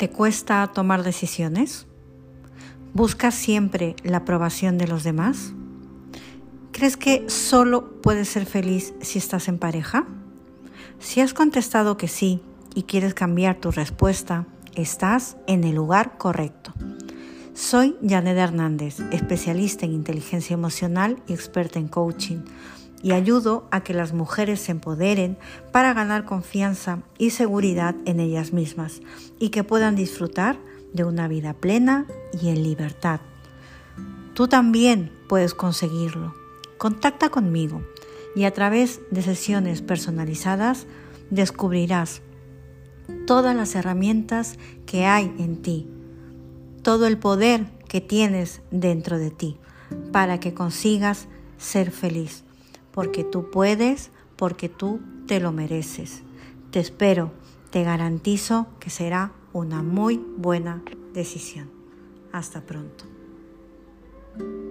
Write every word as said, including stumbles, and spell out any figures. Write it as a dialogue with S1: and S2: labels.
S1: ¿Te cuesta tomar decisiones? ¿Buscas siempre la aprobación de los demás? ¿Crees que solo puedes ser feliz si estás en pareja? Si has contestado que sí y quieres cambiar tu respuesta, estás en el lugar correcto. Soy Janet Hernández, especialista en inteligencia emocional y experta en coaching, y ayudo a que las mujeres se empoderen para ganar confianza y seguridad en ellas mismas y que puedan disfrutar de una vida plena y en libertad. Tú también puedes conseguirlo. Contacta conmigo y a través de sesiones personalizadas descubrirás todas las herramientas que hay en ti, todo el poder que tienes dentro de ti para que consigas ser feliz, porque tú puedes, porque tú te lo mereces. Te espero, te garantizo que será una muy buena decisión. Hasta pronto.